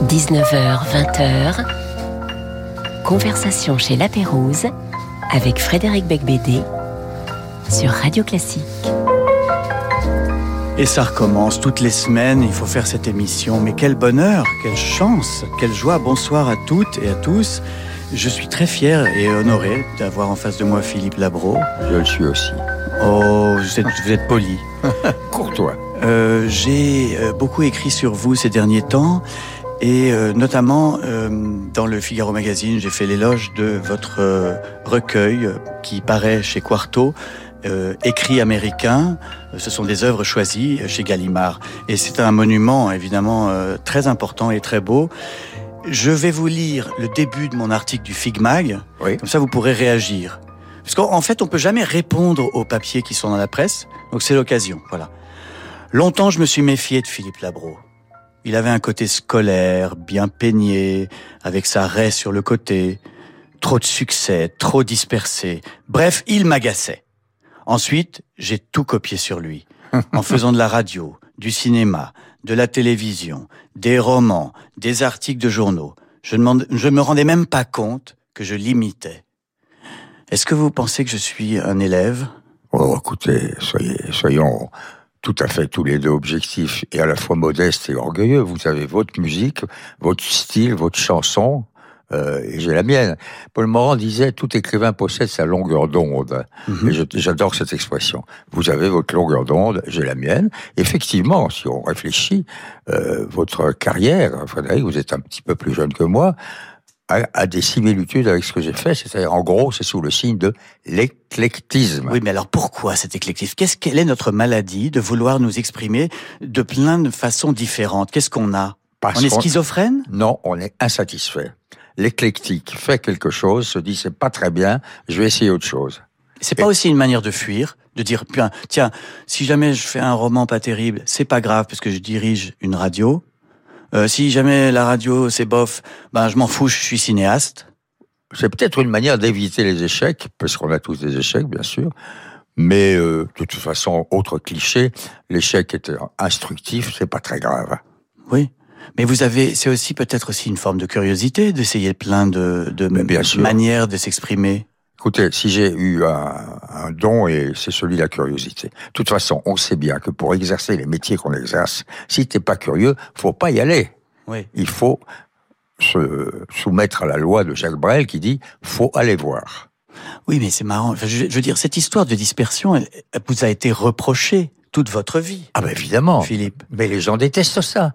19h, 20h, conversation chez La Pérouse avec Frédéric Becbédé sur Radio Classique. Et ça recommence toutes les semaines, il faut faire cette émission. Mais quel bonheur, quelle chance, quelle joie. Bonsoir à toutes et à tous. Je suis très fier et honoré d'avoir en face de moi Philippe Labro. Je le suis aussi. Oh, vous êtes poli. Courtois. J'ai beaucoup écrit sur vous ces derniers temps. Et notamment, dans le Figaro Magazine, j'ai fait l'éloge de votre recueil qui paraît chez Quarto, écrits américains. Ce sont des œuvres choisies chez Gallimard. Et c'est un monument, évidemment, très important et très beau. Je vais vous lire le début de mon article du Fig Mag. Oui. Comme ça, vous pourrez réagir. Parce qu'en fait, on peut jamais répondre aux papiers qui sont dans la presse. Donc c'est l'occasion, voilà. Longtemps, je me suis méfié de Philippe Labro. Il avait un côté scolaire, bien peigné, avec sa raie sur le côté. Trop de succès, trop dispersé. Bref, il m'agaçait. Ensuite, j'ai tout copié sur lui. En faisant de la radio, du cinéma, de la télévision, des romans, des articles de journaux. Je me rendais même pas compte que je l'imitais. Est-ce que vous pensez que je suis un élève ? Oh, écoutez, soyons tout à fait tous les deux objectifs et à la fois modestes et orgueilleux. Vous avez votre musique, votre style, votre chanson, et j'ai la mienne. Paul Morand disait « Tout écrivain possède sa longueur d'onde ». Et j'adore cette expression. Vous avez votre longueur d'onde, j'ai la mienne. Effectivement, si on réfléchit, votre carrière, Frédéric, vous êtes un petit peu plus jeune que moi, a des similitudes avec ce que j'ai fait, c'est-à-dire en gros, c'est sous le signe de l'éclectisme. Oui, mais alors pourquoi cet éclectisme ? Quelle est notre maladie de vouloir nous exprimer de plein de façons différentes ? Qu'est-ce qu'on a ? On est schizophrène ? Non, on est insatisfait. L'éclectique fait quelque chose, se dit c'est pas très bien, je vais essayer autre chose. C'est pas aussi une manière de fuir, de dire tiens, si jamais je fais un roman pas terrible, c'est pas grave parce que je dirige une radio. Si jamais la radio c'est bof, je m'en fous, je suis cinéaste. C'est peut-être une manière d'éviter les échecs, parce qu'on a tous des échecs, bien sûr. Mais de toute façon, autre cliché, l'échec est instructif, c'est pas très grave. Oui, mais c'est aussi peut-être aussi une forme de curiosité d'essayer plein de manières de s'exprimer. Écoutez, si j'ai eu un don, et c'est celui de la curiosité. De toute façon, on sait bien que pour exercer les métiers qu'on exerce, si t'es pas curieux, faut pas y aller. Oui. Il faut se soumettre à la loi de Jacques Brel qui dit « faut aller voir ». Oui, mais c'est marrant. Je veux dire, cette histoire de dispersion, elle vous a été reprochée toute votre vie. Ah ben évidemment, Philippe. Mais les gens détestent ça.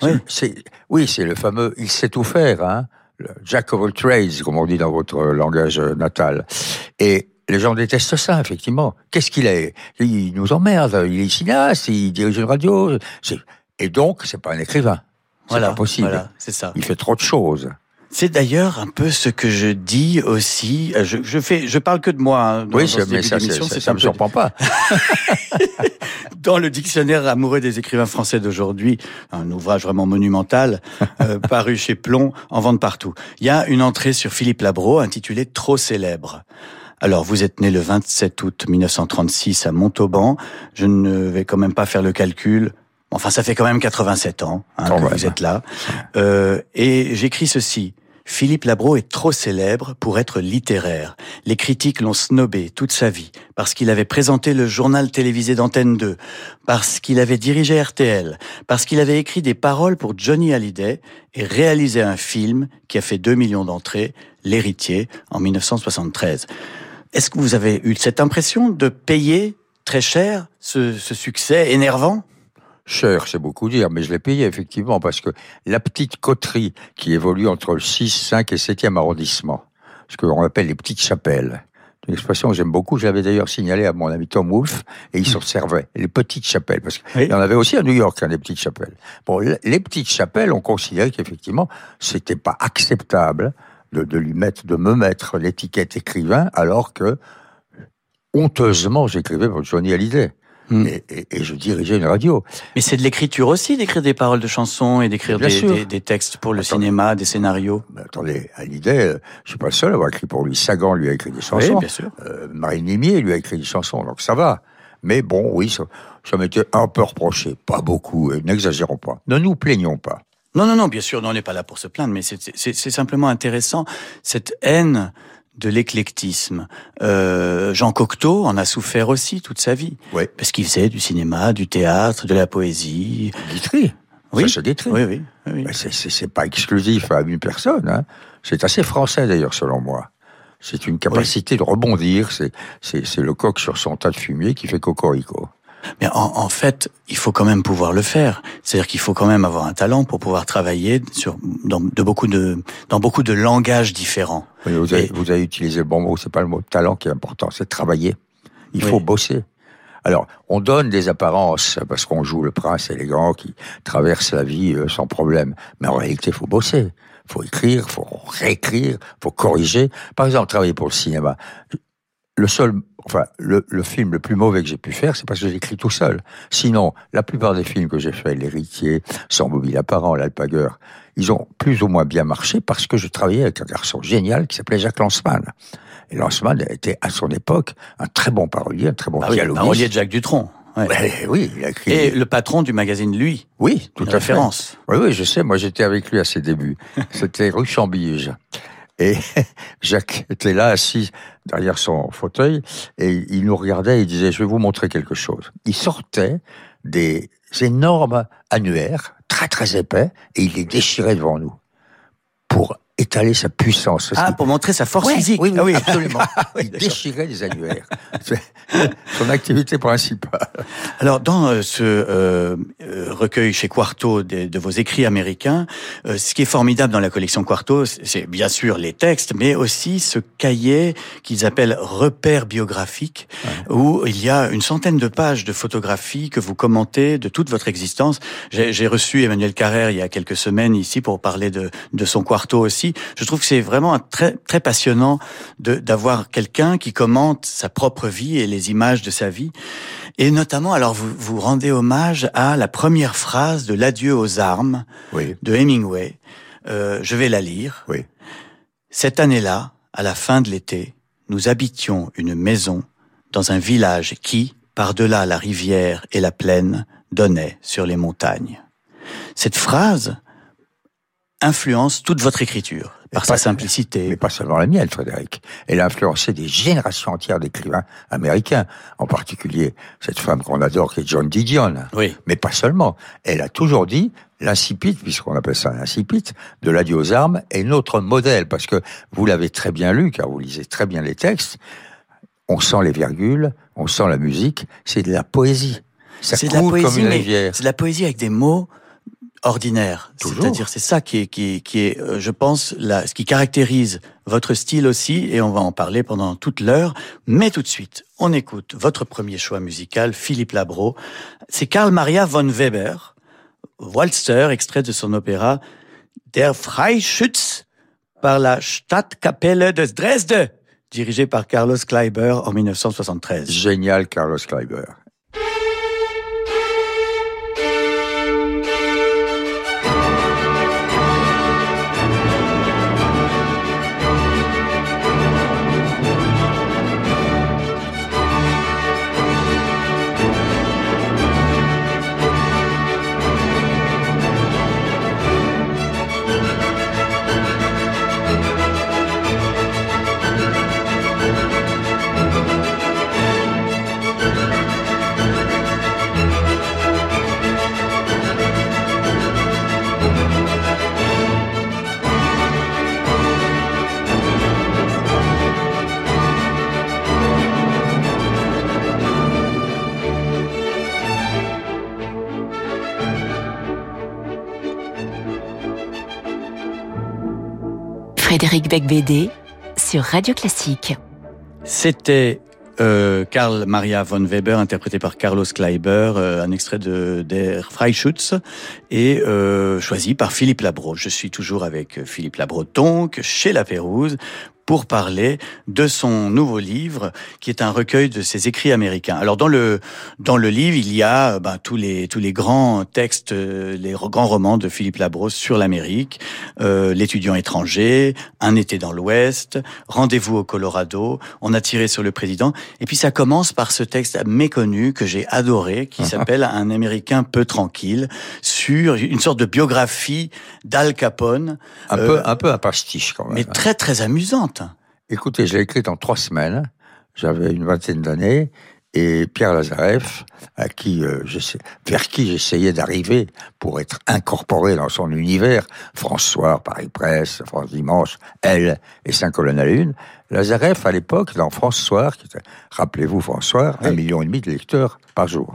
Oui, c'est le fameux « il sait tout faire », hein. Le Jack of all trades, comme on dit dans votre langage natal. Et les gens détestent ça, effectivement. Qu'est-ce qu'il est ? Il nous emmerde. Il est cinéaste, il dirige une radio. Et donc, c'est pas un écrivain. C'est pas possible. Voilà, c'est ça. Il fait trop de choses. C'est d'ailleurs un peu ce que je dis aussi. Je parle que de moi. Hein, oui, mais ça me surprend pas. Dans le dictionnaire amoureux des écrivains français d'aujourd'hui, un ouvrage vraiment monumental, paru chez Plomb, en vente partout. Il y a une entrée sur Philippe Labro intitulée « Trop célèbre ». Alors, vous êtes né le 27 août 1936 à Montauban. Je ne vais quand même pas faire le calcul. Enfin, ça fait quand même 87 ans que vous êtes là. Et j'écris ceci. Philippe Labro est trop célèbre pour être littéraire. Les critiques l'ont snobé toute sa vie, parce qu'il avait présenté le journal télévisé d'Antenne 2, parce qu'il avait dirigé RTL, parce qu'il avait écrit des paroles pour Johnny Hallyday et réalisé un film qui a fait 2 millions d'entrées, L'Héritier, en 1973. Est-ce que vous avez eu cette impression de payer très cher ce succès énervant ? Cher, c'est beaucoup dire, mais je l'ai payé effectivement, parce que la petite coterie qui évolue entre le 6, 5 et 7e arrondissement, ce qu'on appelle les petites chapelles, une expression que j'aime beaucoup, je l'avais d'ailleurs signalée à mon ami Tom Wolfe, et il s'en servait, les petites chapelles, parce qu'il y en avait aussi à New York, des petites chapelles. Bon, les petites chapelles, on considérait qu'effectivement, c'était pas acceptable de me mettre l'étiquette écrivain, alors que, honteusement, j'écrivais pour Johnny Hallyday. Et je dirigeais une radio. Mais c'est de l'écriture aussi, d'écrire des paroles de chansons et d'écrire des textes pour le cinéma, des scénarios. Mais attendez, Hallyday, je suis pas le seul à avoir écrit pour lui. Sagan lui a écrit des chansons. Oui, bien sûr. Marine Nimier lui a écrit des chansons, donc ça va. Mais bon, oui, ça m'était un peu reproché. Pas beaucoup, n'exagérons pas. Ne nous plaignons pas. Non, bien sûr, on n'est pas là pour se plaindre, mais c'est simplement intéressant, cette haine de l'éclectisme. Jean Cocteau en a souffert aussi toute sa vie. Oui. Parce qu'il faisait du cinéma, du théâtre, de la poésie. Guitry. Oui. Ça se détruit. Oui. Mais c'est pas exclusif à une personne, hein. C'est assez français, d'ailleurs, selon moi. C'est une capacité de rebondir. C'est le coq sur son tas de fumier qui fait cocorico. Mais en fait, il faut quand même pouvoir le faire. C'est-à-dire qu'il faut quand même avoir un talent pour pouvoir travailler dans beaucoup de langages différents. Oui, vous avez utilisé le bon mot. C'est pas le mot talent qui est important, c'est travailler. Il faut bosser. Alors, on donne des apparences parce qu'on joue le prince élégant qui traverse la vie sans problème. Mais en réalité, il faut bosser. Il faut écrire, il faut réécrire, il faut corriger. Par exemple, travailler pour le cinéma. Le film le plus mauvais que j'ai pu faire, c'est parce que j'ai écrit tout seul. Sinon, la plupart des films que j'ai faits, L'Héritier, Sans mobile apparent, L'Alpagueur, ils ont plus ou moins bien marché parce que je travaillais avec un garçon génial qui s'appelait Jacques Lanzmann. Et Lanzmann était, à son époque, un très bon parolier, un très bon dialoguiste. Le parolier de Jacques Dutronc. Ouais. Oui, il a écrit... Et le patron du magazine Lui. Oui, tout à référence. fait. Oui, je sais, moi j'étais avec lui à ses débuts. C'était rue Chambige. Et Jacques était là, assis derrière son fauteuil, et il nous regardait et il disait, je vais vous montrer quelque chose. Il sortait des énormes annuaires, très très épais, et il les déchirait devant nous, pour étaler sa puissance. Pour montrer sa force physique. Oui, absolument. Il déchirait les annuaires. C'est son activité principale. Alors, dans ce recueil chez Quarto de vos écrits américains, ce qui est formidable dans la collection Quarto, c'est bien sûr les textes, mais aussi ce cahier qu'ils appellent repères biographiques, où il y a une centaine de pages de photographies que vous commentez de toute votre existence. J'ai reçu Emmanuel Carrère il y a quelques semaines ici pour parler de son Quarto aussi. Je trouve que c'est vraiment très, très passionnant d'avoir quelqu'un qui commente sa propre vie et les images de sa vie. Et notamment, alors vous rendez hommage à la première phrase de l'Adieu aux armes de Hemingway. Je vais la lire. Oui. Cette année-là, à la fin de l'été, nous habitions une maison dans un village qui, par-delà la rivière et la plaine, donnait sur les montagnes. Cette phrase influence toute votre écriture, par sa simplicité. Mais pas seulement la mienne, Frédéric. Elle a influencé des générations entières d'écrivains américains, en particulier cette femme qu'on adore, qui est Joan Didion. Oui. Mais pas seulement. Elle a toujours dit, l'incipit, puisqu'on appelle ça l'incipit, de l'Adieu aux armes, est notre modèle, parce que vous l'avez très bien lu, car vous lisez très bien les textes, on sent les virgules, on sent la musique, c'est de la poésie. Ça coule comme une rivière. C'est de la poésie avec des mots ordinaire. Toujours. C'est-à-dire, c'est ça qui est, je pense, ce qui caractérise votre style aussi, et on va en parler pendant toute l'heure. Mais tout de suite, on écoute votre premier choix musical, Philippe Labro. C'est Karl Maria von Weber, Walzer, extrait de son opéra Der Freischütz par la Stadtkapelle de Dresde, dirigé par Carlos Kleiber en 1973. Génial, Carlos Kleiber. Frédéric Becbédé sur Radio Classique. C'était Karl Maria von Weber, interprété par Carlos Kleiber, un extrait de Der Freischütz, et choisi par Philippe Labro. Je suis toujours avec Philippe Labro, donc, chez La Pérouse, pour parler de son nouveau livre, qui est un recueil de ses écrits américains. Alors dans le livre, il y a tous les grands textes, les grands romans de Philippe Labro sur l'Amérique, L'étudiant étranger, Un été dans l'Ouest, Rendez-vous au Colorado, On a tiré sur le président, et puis ça commence par ce texte méconnu que j'ai adoré, qui s'appelle Un Américain peu tranquille, sur une sorte de biographie d'Al Capone. Un peu un pastiche quand même. Mais très très amusante. Écoutez, je l'ai écrite en 3 semaines. J'avais une vingtaine d'années. Et Pierre Lazareff, vers qui j'essayais d'arriver pour être incorporé dans son univers, France Soir, Paris Presse, France Dimanche, Elle et 5 colonnes à la une. Lazareff, à l'époque, dans France Soir, rappelez-vous France Soir, 1,5 million de lecteurs par jour,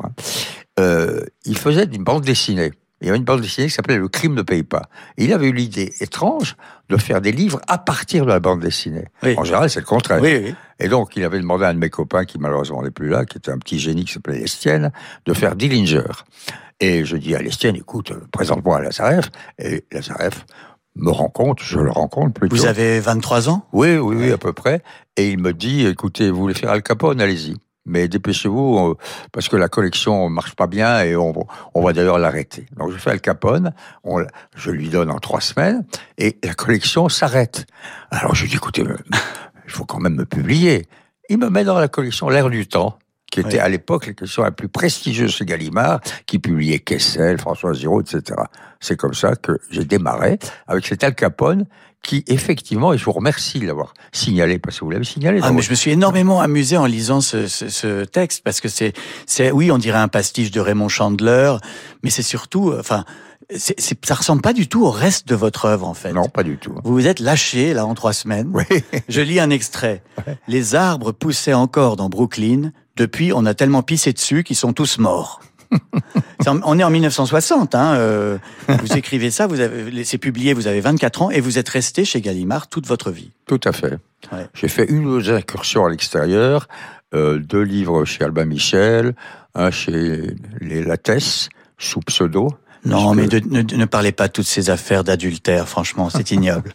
il faisait une bande dessinée. Il y avait une bande dessinée qui s'appelait Le crime ne paye pas. Et il avait eu l'idée étrange de faire des livres à partir de la bande dessinée. Oui. En général, c'est le contraire. Oui. Et donc, il avait demandé à un de mes copains, qui malheureusement n'est plus là, qui était un petit génie qui s'appelait Lestienne, de faire Dillinger. Et je dis à Lestienne, écoute, présente-moi à Lazareff. Et Lazareff je le rencontre plutôt. Vous avez 23 ans ? Oui, à peu près. Et il me dit, écoutez, vous voulez faire Al Capone, allez-y. Mais dépêchez-vous, parce que la collection marche pas bien et on va d'ailleurs l'arrêter. Donc je fais Al Capone, je lui donne en 3 semaines, et la collection s'arrête. Alors je lui dis, écoutez, il faut quand même me publier. Il me met dans la collection L'Air du Temps, qui était à l'époque la collection la plus prestigieuse chez Gallimard, qui publiait Kessel, François Giraud, etc. C'est comme ça que j'ai démarré avec cet Al Capone, qui, effectivement, et je vous remercie de l'avoir signalé, parce que vous l'avez signalé. Mais je me suis énormément amusé en lisant ce texte, parce que c'est, oui, on dirait un pastiche de Raymond Chandler, mais c'est surtout, ça ressemble pas du tout au reste de votre œuvre, en fait. Non, pas du tout. Vous vous êtes lâché, là, en 3 semaines. Oui. Je lis un extrait. Ouais. Les arbres poussaient encore dans Brooklyn. Depuis, on a tellement pissé dessus qu'ils sont tous morts. On est en 1960, vous écrivez ça, c'est publié, vous avez 24 ans et vous êtes resté chez Gallimard toute votre vie. Tout à fait. Ouais. J'ai fait 1 ou 2 incursions à l'extérieur, 2 livres chez Albin Michel, un chez les Lattès, sous pseudo. Non, mais ne parlez pas de toutes ces affaires d'adultère, franchement, c'est ignoble.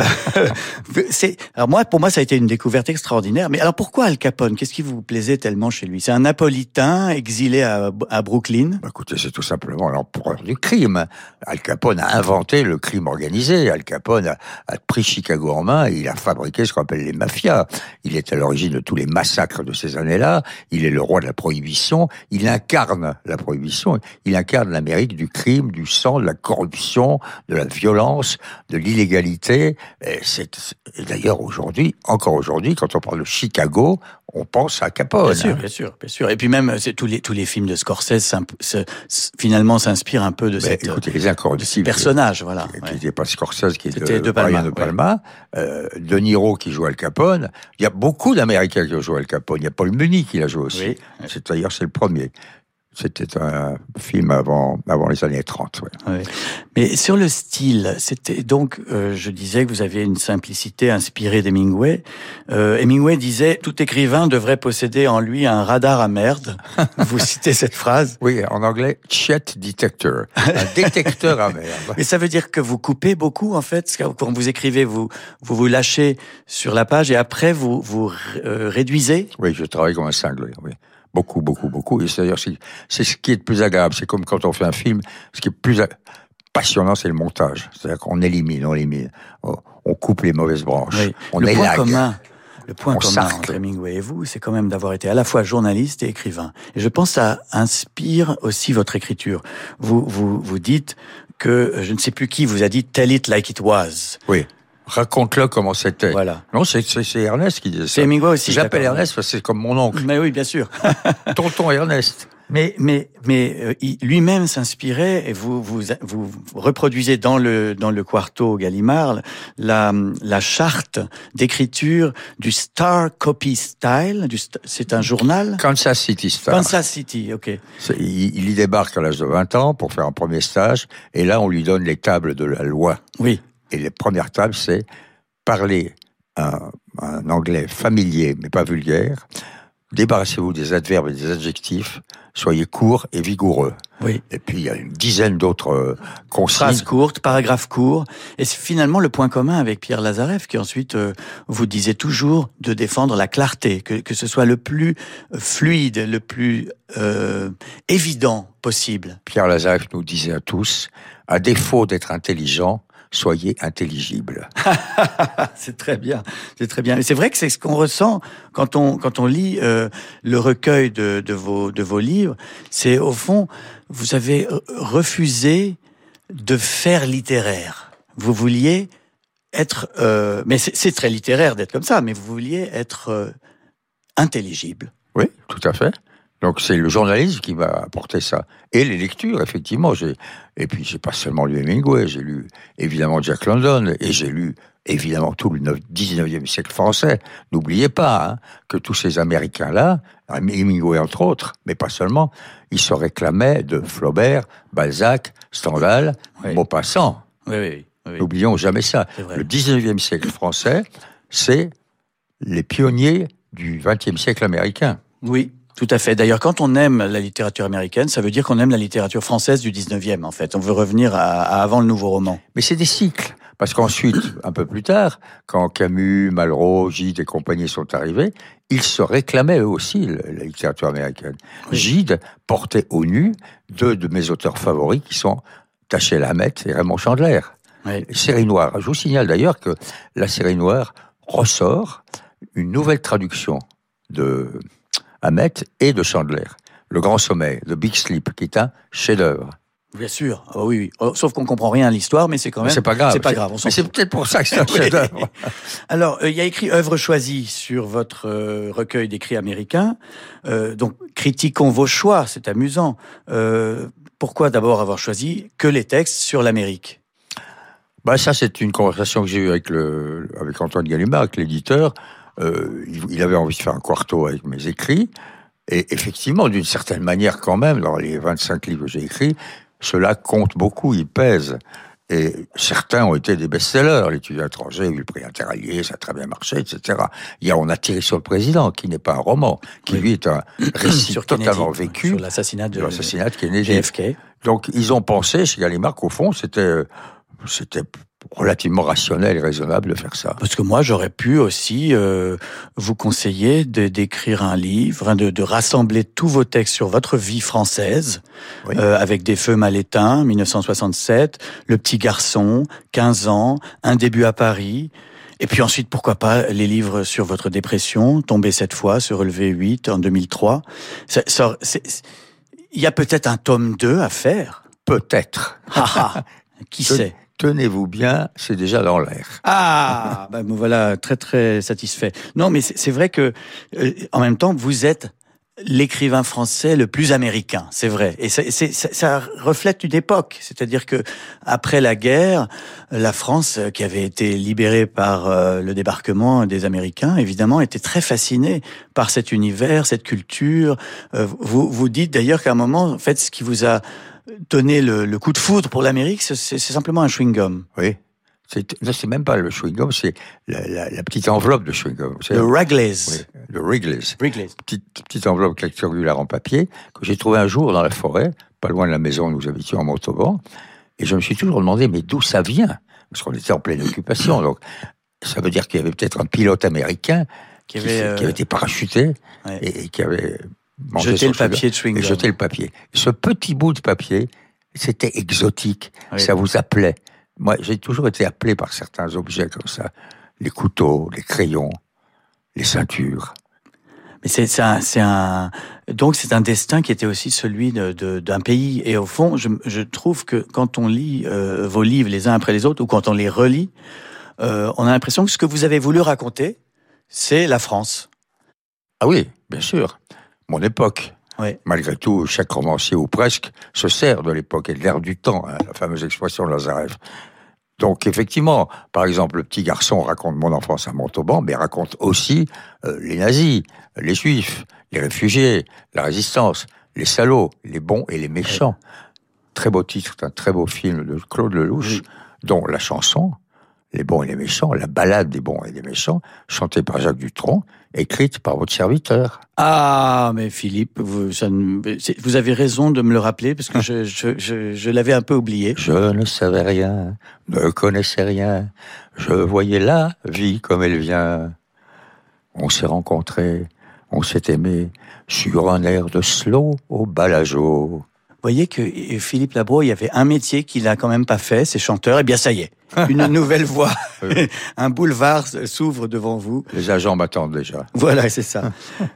Alors pour moi, ça a été une découverte extraordinaire. Mais alors pourquoi Al Capone ? Qu'est-ce qui vous plaisait tellement chez lui ? C'est un Napolitain exilé à Brooklyn ? Écoutez, c'est tout simplement l'empereur du crime. Al Capone a inventé le crime organisé. Al Capone a pris Chicago en main et il a fabriqué ce qu'on appelle les mafias. Il est à l'origine de tous les massacres de ces années-là. Il est le roi de la prohibition. Il incarne la prohibition. Il incarne l'Amérique du crime, du sang, de la corruption, de la violence, de l'illégalité. Et d'ailleurs encore aujourd'hui, quand on parle de Chicago, on pense à Capone. Bien sûr. Et puis même, tous les films de Scorsese finalement s'inspirent un peu de ces personnages, voilà. Qui n'était pas Scorsese, qui était de Palma. De Niro qui joue Al Capone. Il y a beaucoup d'Américains qui ont joué Al Capone. Il y a Paul Muni qui l'a joué aussi. Oui. C'est le premier. C'était un film avant les années 30. Ouais. Oui. Mais sur le style, c'était donc, je disais que vous aviez une simplicité inspirée d'Hemingway. Hemingway disait « Tout écrivain devrait posséder en lui un radar à merde ». Vous citez cette phrase ? Oui, en anglais, shit detector, un détecteur à merde. Mais ça veut dire que vous coupez beaucoup, en fait. Quand vous écrivez, vous lâchez sur la page et après vous réduisez ? Oui, je travaille comme un cinglé, oui. Beaucoup. Et c'est-à-dire, c'est ce qui est le plus agréable. C'est comme quand on fait un film, ce qui est plus passionnant, c'est le montage. C'est-à-dire qu'on élimine. On coupe les mauvaises branches. Oui. On élague. Le point commun entre Hemingway et vous, c'est quand même d'avoir été à la fois journaliste et écrivain. Et je pense que ça inspire aussi votre écriture. Vous dites que, je ne sais plus qui vous a dit « Tell it like it was ». Oui. Raconte-le comment c'était. Voilà. Non, c'est Ernest qui disait ça. C'est Hemingway aussi. J'appelle Ernest parce que c'est comme mon oncle. Mais oui, bien sûr. Tonton Ernest. Mais lui-même s'inspirait et vous reproduisez dans le quarto Gallimard la charte d'écriture du Star Copy Style. C'est un journal. Kansas City Star. Kansas City, ok. Il y débarque à l'âge de 20 ans pour faire un premier stage et là on lui donne les tables de la loi. Oui. Et les premières tables, c'est parler un anglais familier, mais pas vulgaire. Débarrassez-vous des adverbes et des adjectifs. Soyez court et vigoureux. Oui. Et puis, il y a une dizaine d'autres consignes. Phrases courtes, paragraphes courts. Et c'est finalement le point commun avec Pierre Lazareff, qui ensuite vous disait toujours de défendre la clarté, que ce soit le plus fluide, le plus évident possible. Pierre Lazareff nous disait à tous, à défaut d'être intelligent, soyez intelligibles. C'est très bien, c'est très bien. Et c'est vrai que c'est ce qu'on ressent quand on lit le recueil de vos livres. C'est au fond, vous avez refusé de faire littéraire. Vous vouliez être, mais c'est très littéraire d'être comme ça, mais vous vouliez être intelligible. Oui, tout à fait. Donc c'est le journalisme qui m'a apporté ça. Et les lectures, effectivement. Et puis j'ai pas seulement lu Hemingway, j'ai lu évidemment Jack London, et j'ai lu évidemment tout le 19e siècle français. N'oubliez pas que tous ces Américains-là, Hemingway entre autres, mais pas seulement, ils se réclamaient de Flaubert, Balzac, Stendhal, Maupassant. Oui. N'oublions jamais ça. Le 19e siècle français, c'est les pionniers du 20e siècle américain. Oui, tout à fait. D'ailleurs, quand on aime la littérature américaine, ça veut dire qu'on aime la littérature française du 19e, en fait. On veut revenir à avant le nouveau roman. Mais c'est des cycles. Parce qu'ensuite, un peu plus tard, quand Camus, Malraux, Gide et compagnie sont arrivés, ils se réclamaient eux aussi la littérature américaine. Oui. Gide portait au nu deux de mes auteurs favoris qui sont Dashiell Hammett et Raymond Chandler. Oui. Série noire. Je vous signale d'ailleurs que la série noire ressort une nouvelle traduction de Hammett et de Chandler. Le Grand Sommeil, The Big Sleep, qui est un chef-d'œuvre. Bien sûr, oui. Sauf qu'on comprend rien à l'histoire, mais c'est quand même. C'est pas grave. C'est pas grave. Mais c'est peut-être pour ça que c'est un chef-d'œuvre. Alors, il y a écrit œuvre choisie sur votre recueil d'écrits américains. Donc, critiquons vos choix. C'est amusant. Pourquoi d'abord avoir choisi que les textes sur l'Amérique? Ça, c'est une conversation que j'ai eue avec Antoine Gallimard, avec l'éditeur. Il avait envie de faire un quarto avec mes écrits. Et effectivement, d'une certaine manière quand même, dans les 25 livres que j'ai écrits, cela compte beaucoup, il pèse. Et certains ont été des best-sellers. L'étudiant étranger a eu le prix Interallié, ça a très bien marché, etc. On a tiré sur le président, qui n'est pas un roman, qui lui est un récit totalement vécu. Sur l'assassinat de Kennedy. JFK. Donc, ils ont pensé, chez Gallimard, qu'au fond, c'était relativement rationnel et raisonnable de faire ça. Parce que moi, j'aurais pu aussi vous conseiller d'écrire un livre, de rassembler tous vos textes sur votre vie française, oui. Avec Des feux mal éteints, 1967, Le petit garçon, 15 ans, Un début à Paris, et puis ensuite, pourquoi pas, les livres sur votre dépression, Tomber 7 fois, Se relever 8, en 2003. Il y a peut-être un tome 2 à faire. Peut-être. Qui sait? Tenez-vous bien, c'est déjà dans l'air. Ah, me voilà très très satisfait. Non, mais c'est vrai que en même temps, vous êtes l'écrivain français le plus américain, c'est vrai. Et ça reflète une époque. C'est-à-dire que après la guerre, la France, qui avait été libérée par le débarquement des Américains, évidemment, était très fascinée par cet univers, cette culture. Vous dites d'ailleurs qu'à un moment, en fait, ce qui vous a donner le coup de foudre pour l'Amérique, c'est simplement un chewing-gum. Oui. C'est même pas le chewing-gum, c'est la petite enveloppe de chewing-gum. Le Wrigley's. Oui, le Wrigley's. Petite enveloppe rectangulaire en papier que j'ai trouvé un jour dans la forêt, pas loin de la maison où nous habitions en Montauban. Et je me suis toujours demandé, mais d'où ça vient? Parce qu'on était en pleine occupation. Donc, ça veut dire qu'il y avait peut-être un pilote américain qui avait été parachuté et qui avait jeter le papier de chewing-gum. Jeter le papier. Ce petit bout de papier, c'était exotique. Oui. Ça vous appelait. Moi, j'ai toujours été appelé par certains objets comme ça. Les couteaux, les crayons, les ceintures. Mais donc c'est un destin qui était aussi celui d'un pays. Et au fond, je trouve que quand on lit vos livres les uns après les autres, ou quand on les relit, on a l'impression que ce que vous avez voulu raconter, c'est la France. Ah oui, bien sûr. Mon époque. Oui. Malgré tout, chaque romancier, ou presque, se sert de l'époque et de l'air du temps, la fameuse expression de Lazarev. Donc, effectivement, par exemple, Le petit garçon raconte mon enfance à Montauban, mais raconte aussi les nazis, les juifs, les réfugiés, la résistance, les salauds, les bons et les méchants. Oui. Très beau titre, un très beau film de Claude Lelouch, dont la chanson, Les bons et les méchants, la ballade des bons et des méchants, chantée par Jacques Dutronc, écrite par votre serviteur. Ah, mais Philippe, vous avez raison de me le rappeler, parce que je l'avais un peu oublié. Je ne savais rien, ne connaissais rien, je voyais la vie comme elle vient. On s'est rencontrés, on s'est aimés, sur un air de slow au Balageau. Vous voyez que Philippe Labro, il y avait un métier qu'il a quand même pas fait, c'est chanteur, et bien ça y est. une nouvelle voie. Un boulevard s'ouvre devant vous. Les agents m'attendent déjà. Voilà, c'est ça.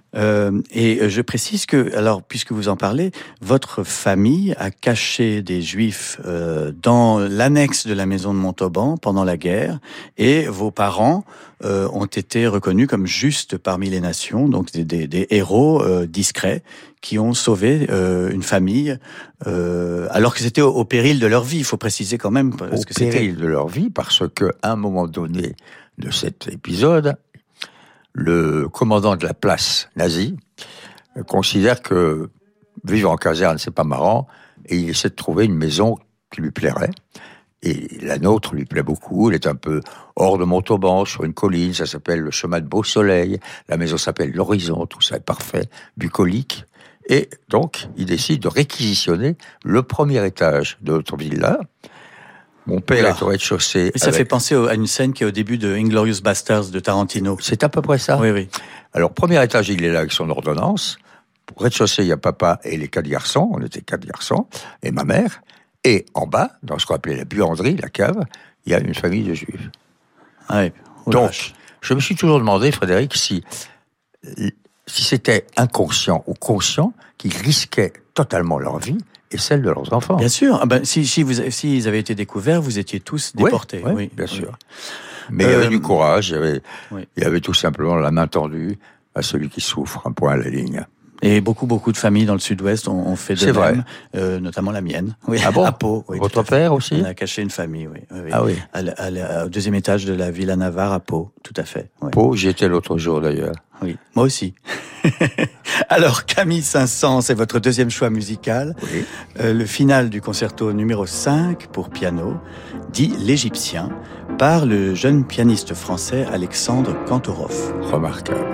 Et je précise que, alors, puisque vous en parlez, votre famille a caché des Juifs dans l'annexe de la maison de Montauban pendant la guerre, et vos parents ont été reconnus comme justes parmi les nations, donc des héros discrets qui ont sauvé une famille, alors que c'était au péril de leur vie. Il faut préciser quand même, parce que péril de leur vie, parce que à un moment donné de cet épisode, le commandant de la place nazie considère que vivre en caserne, c'est pas marrant, et il essaie de trouver une maison qui lui plairait. Et la nôtre lui plaît beaucoup. Elle est un peu hors de Montauban, sur une colline. Ça s'appelle le chemin de Beau-Soleil. La maison s'appelle l'Horizon. Tout ça est parfait, bucolique. Et donc, il décide de réquisitionner le premier étage de notre villa. Mon père est au rez-de-chaussée. Et ça fait penser à une scène qui est au début de Inglourious Basterds de Tarantino. C'est à peu près ça. Oui, oui. Alors, premier étage, il est là avec son ordonnance. Au rez-de-chaussée, il y a papa et les 4 garçons. On était 4 garçons. Et ma mère. Et en bas, dans ce qu'on appelait la buanderie, la cave, il y a une famille de Juifs. Ouais. Donc, je me suis toujours demandé, Frédéric, si c'était inconscient ou conscient qu'ils risquaient totalement leur vie et celle de leurs enfants. Bien sûr. Ah ben, s'ils avaient été découverts, vous étiez tous déportés. Oui, bien sûr. Mais il y avait du courage, il y avait tout simplement la main tendue à celui qui souffre, un point à la ligne. Et beaucoup de familles dans le sud-ouest ont fait de même, notamment la mienne. Oui, ah bon? À Pau. Oui, votre père aussi? On a caché une famille, oui. Ah oui. Au deuxième étage de la Villa Navarre à Pau, tout à fait. Oui. Pau, j'y étais l'autre jour d'ailleurs. Oui, moi aussi. Alors, Camille Saint-Saëns, c'est votre deuxième choix musical. Oui. Le final du concerto numéro 5 pour piano, dit l'Égyptien, par le jeune pianiste français Alexandre Kantorov. Remarquable.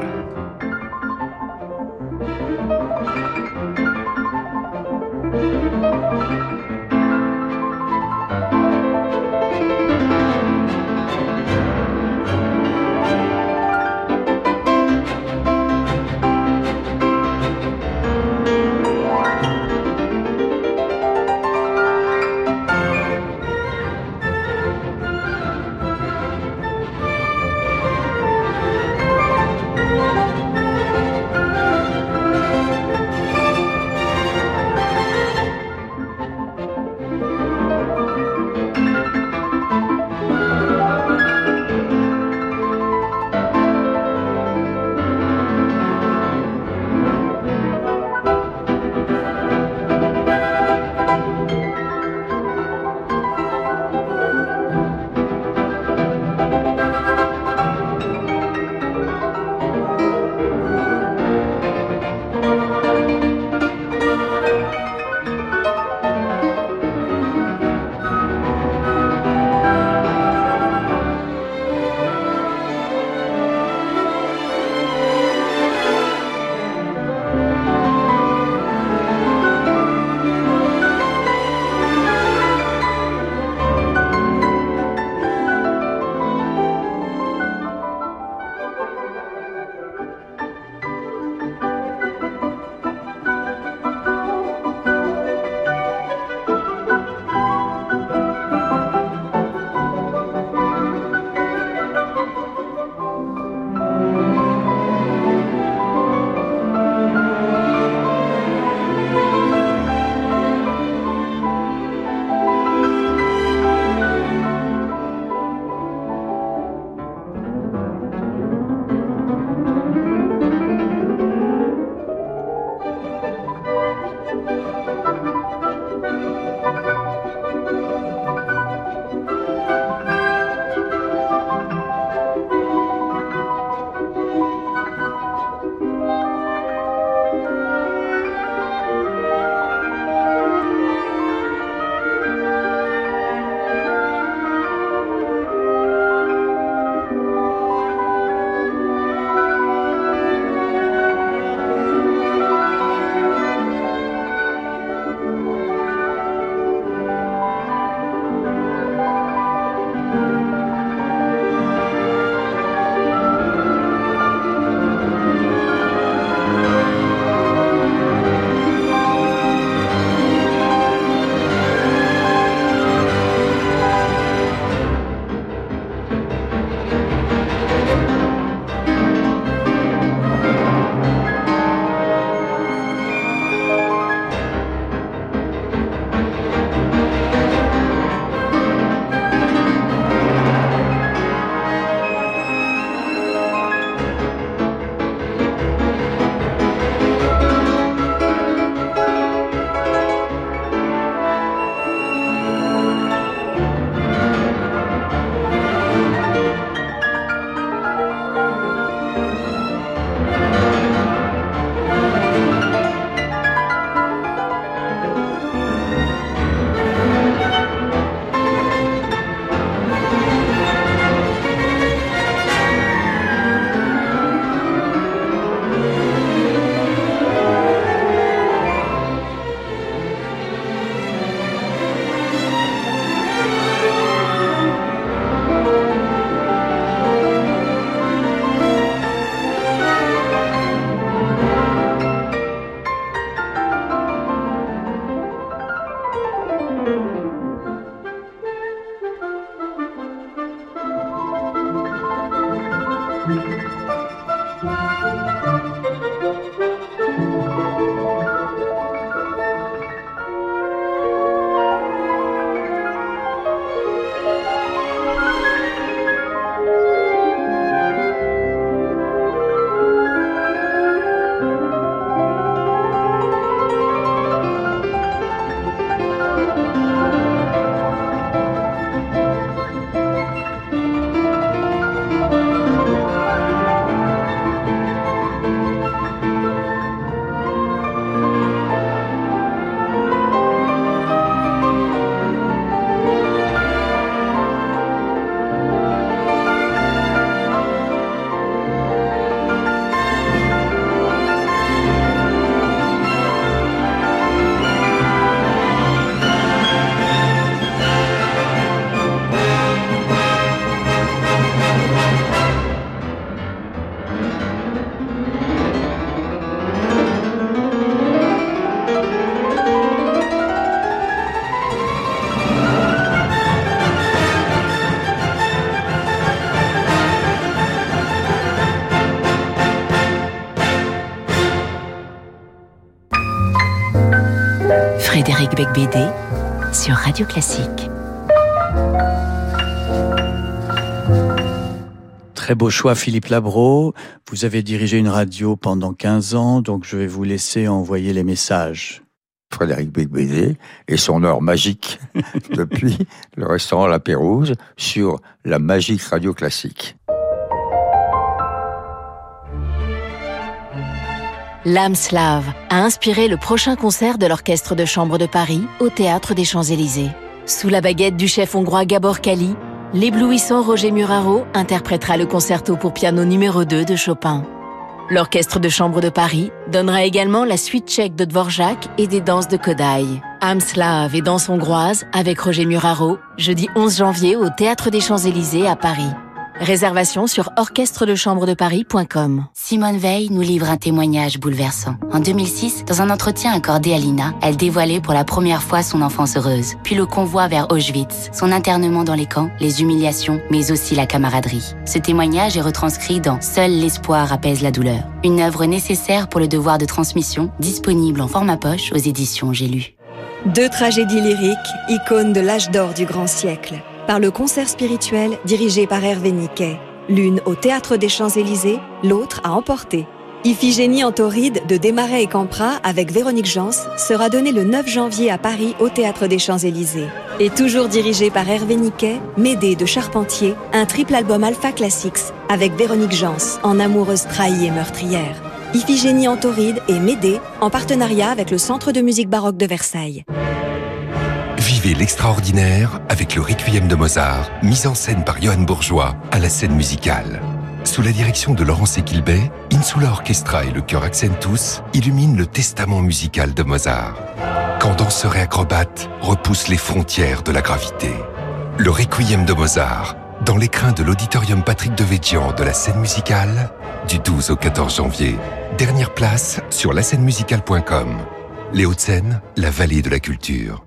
Frédéric Becbédé sur Radio Classique. Très beau choix, Philippe Labro. Vous avez dirigé une radio pendant 15 ans, donc je vais vous laisser envoyer les messages. Frédéric Becbédé et son heure magique depuis le restaurant La Pérouse sur la magique Radio Classique. L'âme slave a inspiré le prochain concert de l'Orchestre de chambre de Paris au Théâtre des Champs-Élysées. Sous la baguette du chef hongrois Gábor Kali, l'éblouissant Roger Muraro interprétera le concerto pour piano numéro 2 de Chopin. L'Orchestre de chambre de Paris donnera également la suite tchèque de Dvorak et des danses de Kodály. Âme slave et danse hongroise avec Roger Muraro, jeudi 11 janvier au Théâtre des Champs-Élysées à Paris. Réservation sur orchestredechambre-de-paris.com. Simone Veil nous livre un témoignage bouleversant. En 2006, dans un entretien accordé à l'INA, elle dévoilait pour la première fois son enfance heureuse, puis le convoi vers Auschwitz, son internement dans les camps, les humiliations, mais aussi la camaraderie. Ce témoignage est retranscrit dans Seul l'espoir apaise la douleur, une œuvre nécessaire pour le devoir de transmission, disponible en format poche aux éditions J'ai lu. 2 tragédies lyriques, icônes de l'âge d'or du grand siècle. Par le concert spirituel dirigé par Hervé Niquet. L'une au Théâtre des Champs-Élysées, l'autre à Emporter. Iphigénie en tauride de Desmarais et Campra avec Véronique Jans sera donnée le 9 janvier à Paris au Théâtre des Champs-Élysées. Et toujours dirigé par Hervé Niquet, Médée de Charpentier, un triple album Alpha Classics avec Véronique Jans en amoureuse trahie et meurtrière. Iphigénie en tauride et Médée en partenariat avec le Centre de musique baroque de Versailles. Vivez l'extraordinaire avec le Requiem de Mozart, mis en scène par Johann Bourgeois à la scène musicale. Sous la direction de Laurent Sequilbet, Insula Orchestra et le chœur Accentus illuminent le testament musical de Mozart. Quand danseurs et acrobates repoussent les frontières de la gravité. Le Requiem de Mozart, dans l'écrin de l'auditorium Patrick Devedjian de la scène musicale, du 12 au 14 janvier. Dernière place sur lascènemusicale.com. Les Hauts-de-Seine, la vallée de la culture.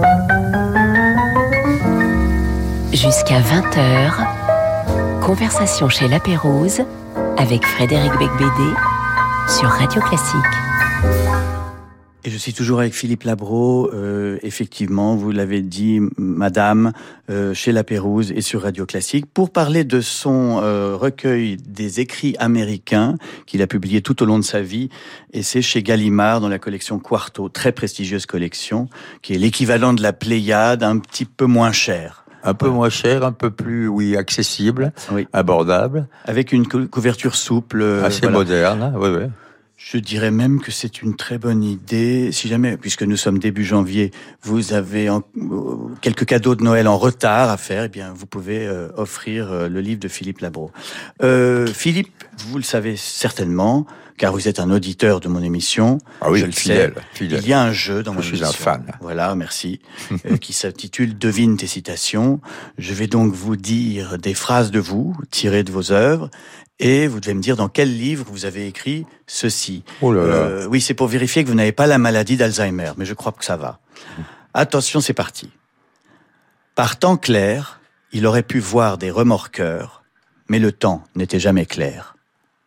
Jusqu'à 20h, conversation chez La Pérouse avec Frédéric Becbédé sur Radio Classique. Et je suis toujours avec Philippe Labro. Effectivement, vous l'avez dit, madame, chez La Pérouse et sur Radio Classique, pour parler de son recueil des écrits américains qu'il a publié tout au long de sa vie. Et c'est chez Gallimard, dans la collection Quarto, très prestigieuse collection, qui est l'équivalent de la Pléiade, un petit peu moins cher. Un peu moins cher, un peu plus, accessible, abordable. Avec une couverture souple. Assez moderne, oui. Je dirais même que c'est une très bonne idée. Si jamais, puisque nous sommes début janvier, vous avez quelques cadeaux de Noël en retard à faire, eh bien, vous pouvez offrir le livre de Philippe Labro. Philippe, vous le savez certainement, car vous êtes un auditeur de mon émission. Ah oui, je le fidèle. Il y a un jeu dans mon émission. Je suis un fan. Voilà, merci. Qui s'intitule Devine tes citations. Je vais donc vous dire des phrases de vous, tirées de vos œuvres. Et vous devez me dire dans quel livre vous avez écrit ceci. Oh là là. Oui, c'est pour vérifier que vous n'avez pas la maladie d'Alzheimer, mais je crois que ça va. Attention, c'est parti. Par temps clair, il aurait pu voir des remorqueurs, mais le temps n'était jamais clair.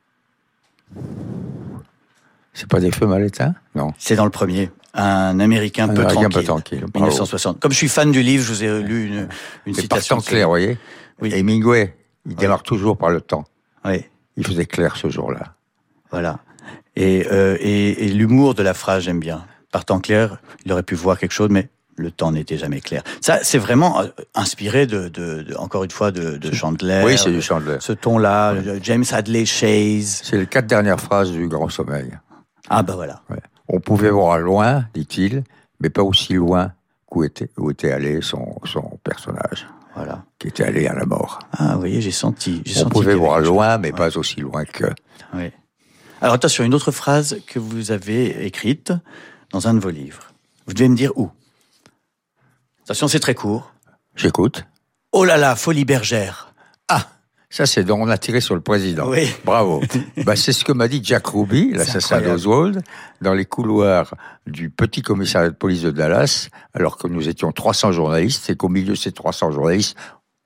C'est pas des feux mal éteints ? Non. C'est dans le premier. Un Américain peu tranquille. 1960. Comme je suis fan du livre, je vous ai lu une citation. Par temps clair, vous voyez. Oui. Hemingway, il démarre toujours par le temps. Oui. Il faisait clair ce jour-là. Voilà. Et l'humour de la phrase, j'aime bien. Par temps clair, il aurait pu voir quelque chose, mais le temps n'était jamais clair. Ça, c'est vraiment inspiré encore une fois, de Chandler. Oui, c'est du Chandler. Ce ton-là, James Hadley Chase. C'est les 4 dernières phrases du Grand Sommeil. Ah, bah voilà. Ouais. On pouvait voir loin, dit-il, mais pas aussi loin où était allé son personnage. Voilà. Qui était allé à la mort. Ah, vous voyez, j'ai senti. On pouvait voir loin, mais pas aussi loin que... Oui. Alors, attention, une autre phrase que vous avez écrite dans un de vos livres. Vous devez me dire où. Attention, c'est très court. J'écoute. Oh là là, folie bergère. Ah, ça c'est dont on a tiré sur le président. Oui. Bravo. C'est ce que m'a dit Jack Ruby, l'assassin d'Oswald, dans les couloirs du petit commissariat de police de Dallas, alors que nous étions 300 journalistes, et qu'au milieu de ces 300 journalistes,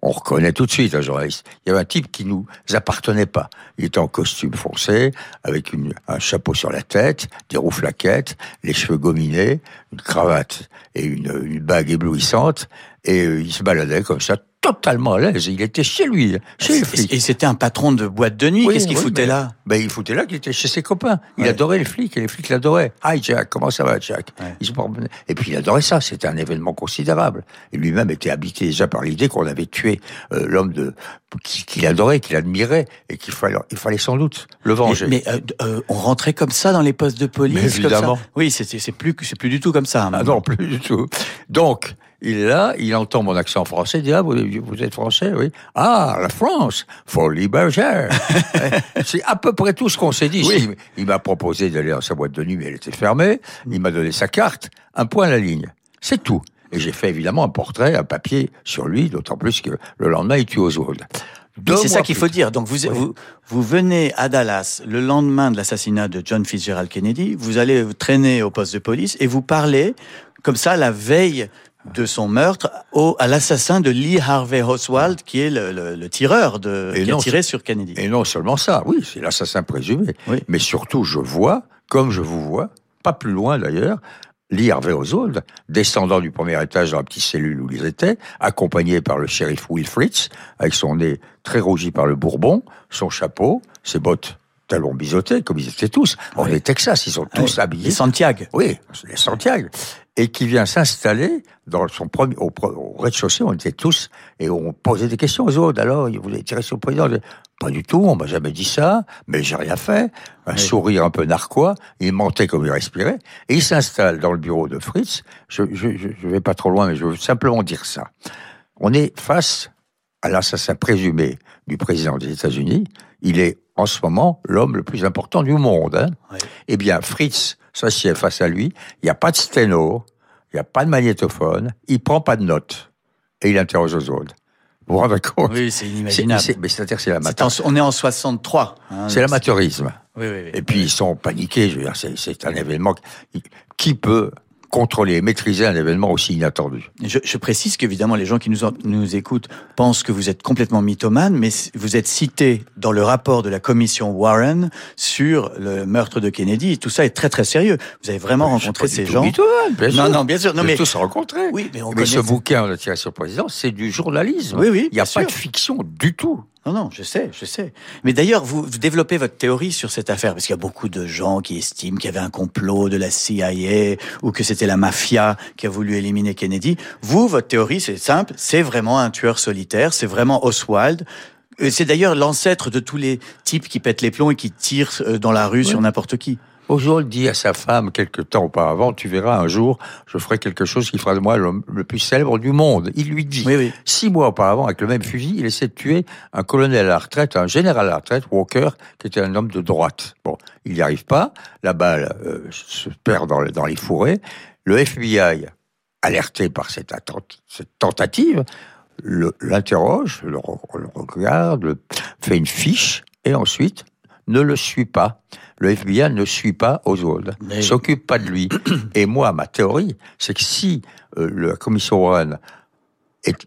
On reconnaît tout de suite un journaliste. Il y avait un type qui nous appartenait pas. Il était en costume foncé, avec un chapeau sur la tête, des rouflaquettes, les cheveux gominés, une cravate et une bague éblouissante, et il se baladait comme ça, totalement à l'aise. Il était chez lui, chez les flics. Et c'était un patron de boîte de nuit. Qu'est-ce qu'il foutait là? Il foutait là qu'il était chez ses copains. Il adorait les flics, et les flics l'adoraient. Hi Jack, comment ça va Jack? Il se promenait. Et puis il adorait ça. C'était un événement considérable. Et lui-même était habité déjà par l'idée qu'on avait tué l'homme qu'il adorait, qu'il admirait, et il fallait sans doute le venger. Mais on rentrait comme ça dans les postes de police. Mais évidemment. Comme ça. Oui, c'est plus du tout comme ça. Ah non, plus du tout. Donc, il est là, il entend mon accent français, il dit, ah, vous êtes français, oui. Ah, la France, folie bergère. C'est à peu près tout ce qu'on s'est dit. Oui. Il m'a proposé d'aller dans sa boîte de nuit, mais elle était fermée. Il m'a donné sa carte, un point à la ligne. C'est tout. Et j'ai fait évidemment un portrait, un papier sur lui, d'autant plus que le lendemain, il tue Oswald. C'est ça qu'il faut dire. Donc vous venez à Dallas le lendemain de l'assassinat de John Fitzgerald Kennedy, vous allez vous traîner au poste de police et vous parlez comme ça la veille de son meurtre à l'assassin de Lee Harvey Oswald, qui est le tireur qui a tiré sur Kennedy. Et non seulement ça, oui, c'est l'assassin présumé. Oui. Mais surtout, je vois, comme je vous vois, pas plus loin d'ailleurs, Lee Harvey Oswald, descendant du premier étage dans la petite cellule où ils étaient, accompagné par le shérif Will Fritz, avec son nez très rougi par le bourbon, son chapeau, ses bottes talons biseautés, comme ils étaient tous. On est Texas, ils sont tous habillés. Les Santiago. Oui, les Santiago. Et qui vient s'installer dans son premier, au rez-de-chaussée, on était tous, et on posait des questions aux autres. Alors, vous avez tiré sur le président? Pas du tout, on m'a jamais dit ça, mais j'ai rien fait. Un sourire un peu narquois, il mentait comme il respirait, et il s'installe dans le bureau de Fritz. Je vais pas trop loin, mais je veux simplement dire ça. On est face à l'assassin présumé du président des États-Unis. Il est, en ce moment, l'homme le plus important du monde. Hein. Oui. Eh bien, Fritz s'assied face à lui, il n'y a pas de sténo, il n'y a pas de magnétophone, il prend pas de notes, et il interroge Oswald. Vous vous rendez compte? Oui, c'est inimaginable. Mais c'est-à-dire que c'est l'amateurisme. On est en 63. Hein, c'est l'amateurisme. Oui. Et puis, ils sont paniqués, je veux dire, c'est un événement qui peut contrôler, maîtriser un événement aussi inattendu. Je précise qu'évidemment, les gens qui nous écoutent pensent que vous êtes complètement mythomane, mais vous êtes cité dans le rapport de la commission Warren sur le meurtre de Kennedy. Tout ça est très très sérieux. Vous avez vraiment rencontré ces gens. Mythomane, bien sûr. Non, bien sûr. Non, mais tous rencontrés. Oui, mais ce bouquin, on a tiré sur le président, c'est du journalisme. Oui. Il n'y a pas de fiction du tout. Non, je sais. Mais d'ailleurs, vous développez votre théorie sur cette affaire, parce qu'il y a beaucoup de gens qui estiment qu'il y avait un complot de la CIA ou que c'était la mafia qui a voulu éliminer Kennedy. Vous, votre théorie, c'est simple, c'est vraiment un tueur solitaire, c'est vraiment Oswald. C'est d'ailleurs l'ancêtre de tous les types qui pètent les plombs et qui tirent dans la rue sur n'importe qui. Oswald dit à sa femme quelque temps auparavant, tu verras un jour, je ferai quelque chose qui fera de moi l'homme le plus célèbre du monde. Il lui dit, 6 mois auparavant, avec le même fusil, il essaie de tuer un colonel à la retraite, un général à la retraite, Walker, qui était un homme de droite. Bon, il n'y arrive pas, la balle se perd dans les fourrés. Le FBI, alerté par cette tentative, l'interroge, le regarde, fait une fiche, et ensuite ne le suit pas. Le FBI ne suit pas Oswald, ne s'occupe pas de lui. Et moi, ma théorie, c'est que si la commission Warren est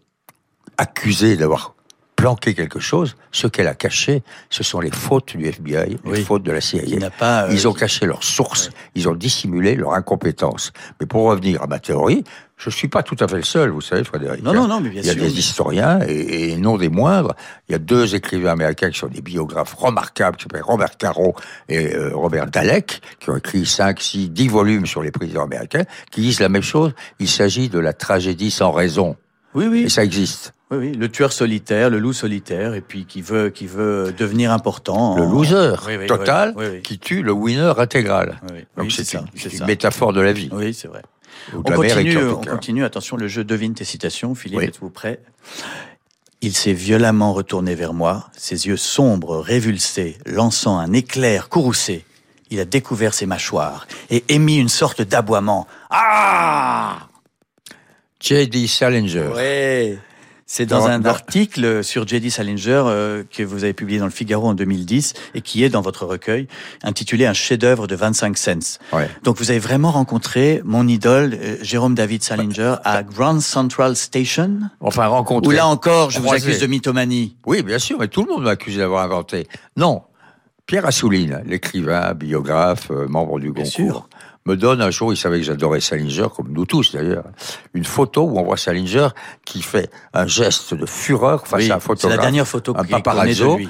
accusée d'avoir planqué quelque chose, ce qu'elle a caché, ce sont les fautes du FBI, les fautes de la CIA. Ils ont caché leurs sources, ils ont dissimulé leur incompétence. Mais pour revenir à ma théorie, je suis pas tout à fait le seul, vous savez, Frédéric. Non, mais bien sûr. Il y a des historiens, et non des moindres. Il y a 2 écrivains américains qui sont des biographes remarquables, qui s'appellent Robert Caro et Robert Dalek, qui ont écrit 5, 6, 10 volumes sur les présidents américains, qui disent la même chose. Il s'agit de la tragédie sans raison. Oui. Et ça existe. Oui, le tueur solitaire, le loup solitaire, et puis qui veut devenir important. Le loser total, qui tue le winner intégral. Donc c'est une métaphore de la vie. Oui, c'est vrai. On continue, attention, le jeu devine tes citations. Philippe, êtes-vous prêt? Il s'est violemment retourné vers moi, ses yeux sombres, révulsés, lançant un éclair courroucé. Il a découvert ses mâchoires et émis une sorte d'aboiement. Ah! J.D. Salinger. Oui. C'est dans un article sur J.D. Salinger que vous avez publié dans le Figaro en 2010 et qui est dans votre recueil, intitulé Un chef-d'œuvre de 25 cents. Ouais. Donc vous avez vraiment rencontré mon idole, Jérôme David Salinger, à Grand Central Station. Enfin, rencontré. Où là encore, je vous Croisé. accuse de mythomanie. Oui, bien sûr, mais tout le monde m'a accusé d'avoir inventé. Non, Pierre Assouline, l'écrivain, biographe, membre du Bien Goncourt, sûr. me donne un jour, il savait que j'adorais Salinger, comme nous tous d'ailleurs, une photo où on voit Salinger qui fait un geste de fureur face à un photographe. C'est la dernière photo un qui est paparazzo, de lui.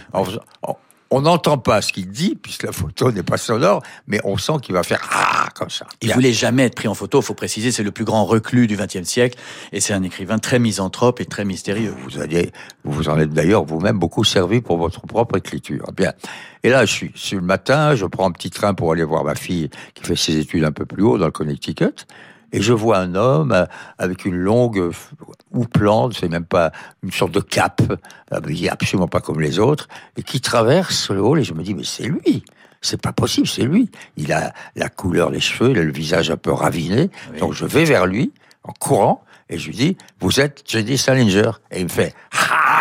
On n'entend pas ce qu'il dit, puisque la photo n'est pas sonore, mais on sent qu'il va faire « ah » comme ça. Il voulait jamais être pris en photo, il faut préciser, c'est le plus grand reclus du XXe siècle, et c'est un écrivain très misanthrope et très mystérieux. Vous vous en êtes d'ailleurs vous-même beaucoup servi pour votre propre écriture. Bien. Et là, je suis le matin, je prends un petit train pour aller voir ma fille qui fait ses études un peu plus haut dans le Connecticut. Et je vois un homme avec une longue houppelande, c'est même pas une sorte de cape, habillé absolument pas comme les autres, et qui traverse le hall, et je me dis, mais c'est lui! C'est pas possible, c'est lui! Il a la couleur des cheveux, il a le visage un peu raviné, oui. Donc je vais vers lui, en courant, et je lui dis, vous êtes J.D. Salinger? Et il me fait, ah!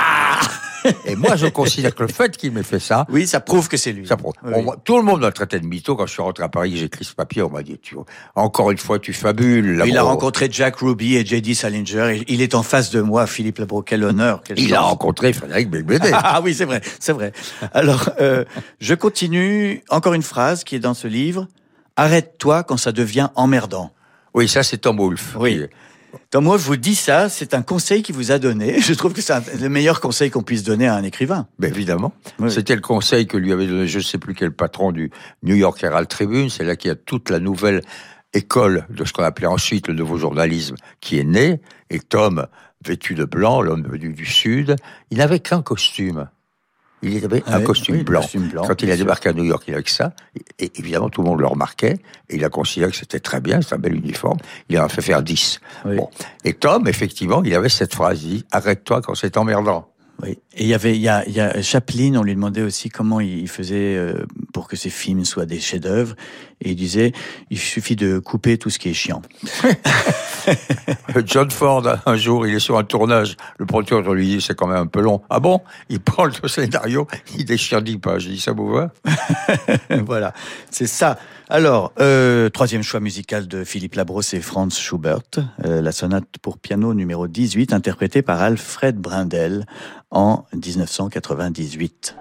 Et moi, je considère que le fait qu'il m'ait fait ça... Oui, ça prouve que c'est lui. Ça prouve. Oui. Tout le monde m'a traité de mytho. Quand je suis rentré à Paris, j'ai écrit ce papier, on m'a dit, encore une fois, tu fabules. Il a rencontré Jack Ruby et J.D. Salinger. Et il est en face de moi, Philippe Labro. Quel honneur. Il a rencontré Frédéric Becbédé. Ah oui, c'est vrai, c'est vrai. Alors, je continue. Encore une phrase qui est dans ce livre. Arrête-toi quand ça devient emmerdant. Oui, ça, c'est Tom Wolfe. Oui. Tom Wolfe vous dit ça, c'est un conseil qu'il vous a donné. Je trouve que c'est le meilleur conseil qu'on puisse donner à un écrivain. Ben évidemment. Oui. C'était le conseil que lui avait donné, je ne sais plus quel patron du New York Herald Tribune. C'est là qu'il y a toute la nouvelle école de ce qu'on appelait ensuite le nouveau journalisme qui est né. Et Tom, vêtu de blanc, l'homme venu du Sud, il n'avait qu'un costume. Il avait un costume blanc. Quand il a débarqué à New York, il avait que ça. Et évidemment, tout le monde le remarquait. Et il a considéré que c'était très bien, c'est un bel uniforme. Il en a fait faire 10. Oui. Bon. Et Tom, effectivement, il avait cette phrase, il dit, arrête-toi quand c'est emmerdant. Oui. Et il y a Chaplin, on lui demandait aussi comment il faisait pour que ses films soient des chefs-d'œuvre. Et il disait, il suffit de couper tout ce qui est chiant. John Ford, un jour, il est sur un tournage. Le producteur lui dit, c'est quand même un peu long. Ah bon? Il prend le scénario, il déchire 10 pages. Il dit, ça vous va? Voilà. C'est ça. Alors, troisième choix musical de Philippe Labro, c'est Franz Schubert, la sonate pour piano numéro 18, interprétée par Alfred Brendel en 1998.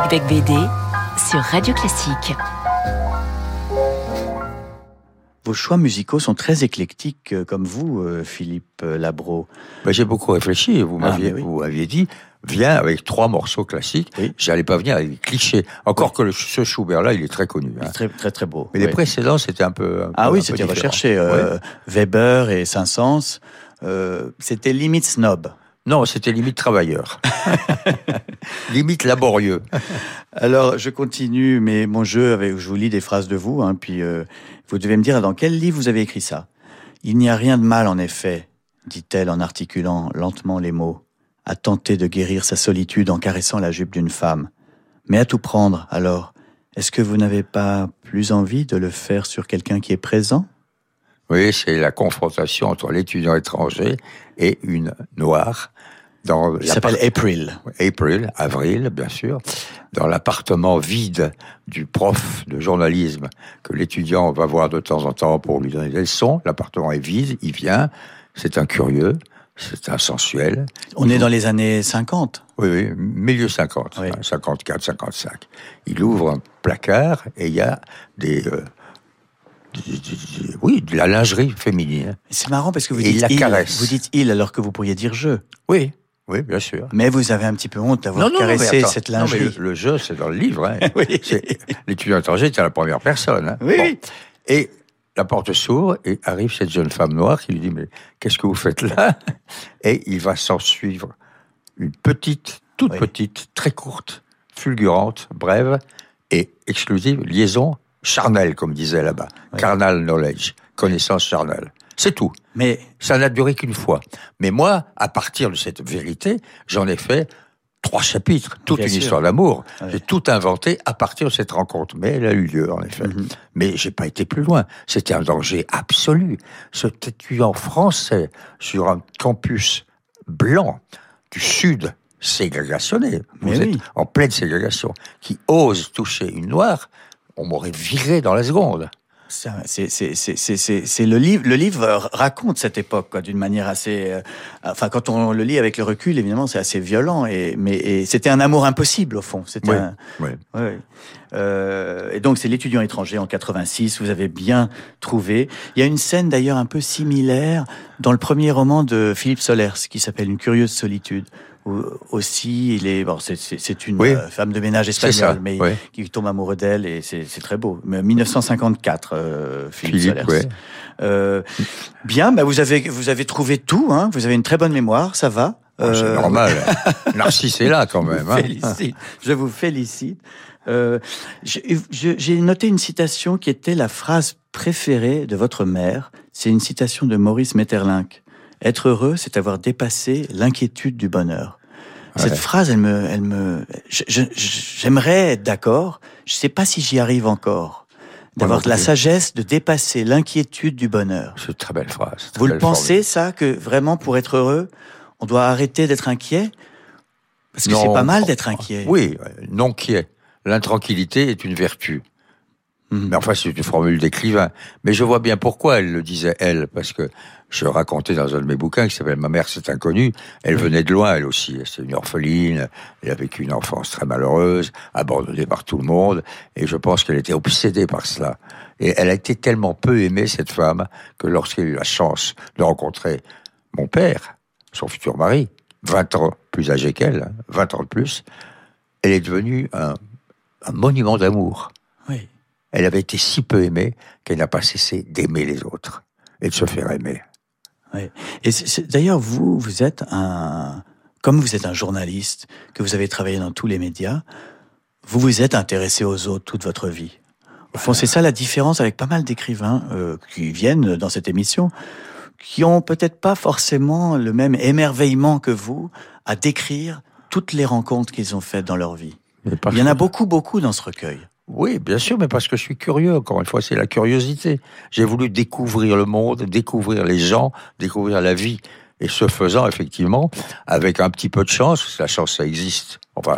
Feedback BD sur Radio Classique. Vos choix musicaux sont très éclectiques, comme vous, Philippe Labro. J'ai beaucoup réfléchi. Vous m'aviez dit, viens avec 3 morceaux classiques. Oui. J'allais pas venir avec des clichés. Encore que ce Schubert-là, il est très connu. Il est très, très, très beau. Mais les précédents, c'était un peu c'était recherché. Weber et Saint-Saëns, c'était limite snob. Non, c'était limite travailleur. Limite laborieux. Alors, je continue mon jeu je vous lis des phrases de vous, puis vous devez me dire dans quel livre vous avez écrit ça. Il n'y a rien de mal, en effet, dit-elle en articulant lentement les mots, à tenter de guérir sa solitude en caressant la jupe d'une femme. Mais à tout prendre, alors, est-ce que vous n'avez pas plus envie de le faire sur quelqu'un qui est présent ? Oui, c'est la confrontation entre l'étudiant étranger et une noire. Il s'appelle April. Avril, bien sûr. Dans l'appartement vide du prof de journalisme que l'étudiant va voir de temps en temps pour lui donner des leçons. L'appartement est vide, il vient, c'est un curieux, c'est un sensuel. On est dans les années 50. Oui, milieu 50, 54, 55. Il ouvre un placard et il y a de la lingerie féminine. C'est marrant parce que vous dites il, vous dites il alors que vous pourriez dire je. Oui, bien sûr. Mais vous avez un petit peu honte d'avoir caressé cette lingerie. Non, mais le jeu, c'est dans le livre. Oui. L'étudiant étranger était la première personne. Oui. Et la porte s'ouvre et arrive cette jeune femme noire qui lui dit « Mais qu'est-ce que vous faites là ?» Et il va s'en suivre une petite, toute petite, très courte, fulgurante, brève et exclusive liaison charnelle, comme disait là-bas. Carnal knowledge, connaissance charnelle. C'est tout. Mais ça n'a duré qu'une fois. Mais moi, à partir de cette vérité, j'en ai fait 3 chapitres, toute une histoire d'amour. J'ai tout inventé à partir de cette rencontre. Mais elle a eu lieu, en effet. Mais j'ai pas été plus loin. C'était un danger absolu. Cet étudiant français sur un campus blanc du Sud, ségrégationné. Vous êtes en pleine ségrégation. Qui ose toucher une noire, on m'aurait viré dans la seconde. C'est le livre raconte cette époque d'une manière assez quand on le lit avec le recul évidemment c'est assez violent mais c'était un amour impossible au fond, c'était et donc c'est l'étudiant étranger en 86, vous avez bien trouvé. Il y a une scène d'ailleurs un peu similaire dans le premier roman de Philippe Solers qui s'appelle Une curieuse solitude. Aussi, c'est une femme de ménage espagnole, mais qui tombe amoureux d'elle et c'est très beau. Mais 1954, Philippe Solers. Bien, vous avez trouvé tout, vous avez une très bonne mémoire, ça va. C'est normal. Narcisse est là quand même. Je vous félicite. J'ai noté une citation qui était la phrase préférée de votre mère. C'est une citation de Maurice Maeterlinck. Être heureux, c'est avoir dépassé l'inquiétude du bonheur. Cette phrase, j'aimerais être d'accord. Je sais pas si j'y arrive encore. D'avoir la sagesse de dépasser l'inquiétude du bonheur. C'est une très belle phrase. Vous le pensez, ça, que vraiment, pour être heureux, on doit arrêter d'être inquiet? Parce que c'est pas mal d'être inquiet. Oui, non quiet. L'intranquillité est une vertu. Mais enfin, c'est une formule d'écrivain. Mais je vois bien pourquoi elle le disait, elle, parce que je racontais dans un de mes bouquins qui s'appelle « Ma mère, c'est inconnu ». Elle venait de loin, elle aussi. C'est une orpheline, elle a vécu une enfance très malheureuse, abandonnée par tout le monde, et je pense qu'elle était obsédée par cela. Et elle a été tellement peu aimée, cette femme, que lorsqu'elle a eu la chance de rencontrer mon père, son futur mari, 20 ans plus âgé qu'elle, 20 ans de plus, elle est devenue un monument d'amour. Oui. Elle avait été si peu aimée qu'elle n'a pas cessé d'aimer les autres et de se faire aimer. Oui. Et d'ailleurs, vous êtes comme vous êtes un journaliste, que vous avez travaillé dans tous les médias, vous vous êtes intéressé aux autres toute votre vie. Au fond, c'est ça la différence avec pas mal d'écrivains qui viennent dans cette émission, qui ont peut-être pas forcément le même émerveillement que vous à décrire toutes les rencontres qu'ils ont faites dans leur vie. Il y en a beaucoup dans ce recueil. Oui, bien sûr, mais parce que je suis curieux, encore une fois, c'est la curiosité. J'ai voulu découvrir le monde, découvrir les gens, découvrir la vie. Et ce faisant, effectivement, avec un petit peu de chance, parce que la chance, ça existe, enfin,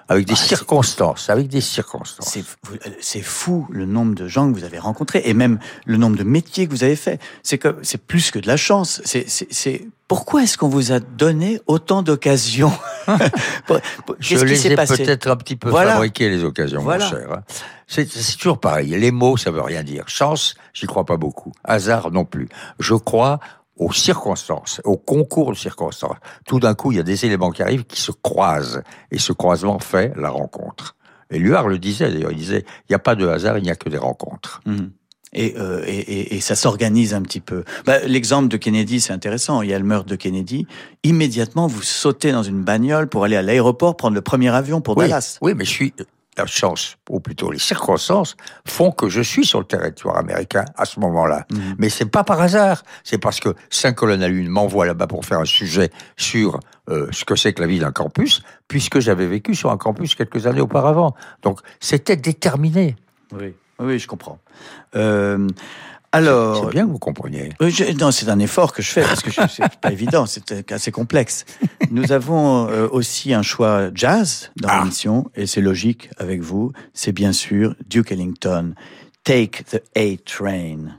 avec des circonstances. C'est fou le nombre de gens que vous avez rencontrés et même le nombre de métiers que vous avez faits. C'est plus que de la chance. Pourquoi est-ce qu'on vous a donné autant d'occasions? Je les ai peut-être un petit peu fabriquées, les occasions, mon cher. C'est toujours pareil. Les mots, ça veut rien dire. Chance, j'y crois pas beaucoup. Hasard, non plus. Je crois aux circonstances, au concours de circonstances. Tout d'un coup, il y a des éléments qui arrivent qui se croisent. Et ce croisement fait la rencontre. Et Luard le disait, d'ailleurs. Il disait, il n'y a pas de hasard, il n'y a que des rencontres. Mmh. Et ça s'organise un petit peu. L'exemple de Kennedy, c'est intéressant. Il y a le meurtre de Kennedy. Immédiatement, vous sautez dans une bagnole pour aller à l'aéroport, prendre le premier avion pour Dallas. Oui, mais la chance, ou plutôt les circonstances, font que je suis sur le territoire américain à ce moment-là. Mmh. Mais c'est pas par hasard. C'est parce que Saint-Colonne à Lune m'envoie là-bas pour faire un sujet sur ce que c'est que la vie d'un campus, puisque j'avais vécu sur un campus quelques années auparavant. Donc, c'était déterminé. Oui, je comprends. Alors, c'est bien que vous compreniez. Non, c'est un effort que je fais parce que c'est pas évident, c'est assez complexe. Nous avons aussi un choix jazz dans l'émission et c'est logique avec vous. C'est bien sûr Duke Ellington, Take the A Train.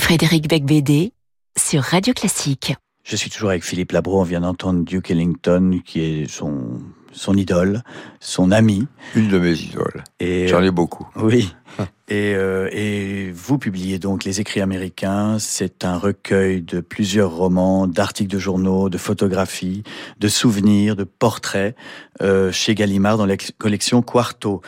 Frédéric Becbédé sur Radio Classique. Je suis toujours avec Philippe Labro. On vient d'entendre Duke Ellington, qui est son idole, son ami. Une de mes idoles. Et j'en ai beaucoup. Oui. Et vous publiez donc Les Écrits américains. C'est un recueil de plusieurs romans, d'articles de journaux, de photographies, de souvenirs, de portraits, chez Gallimard dans la collection Quarto.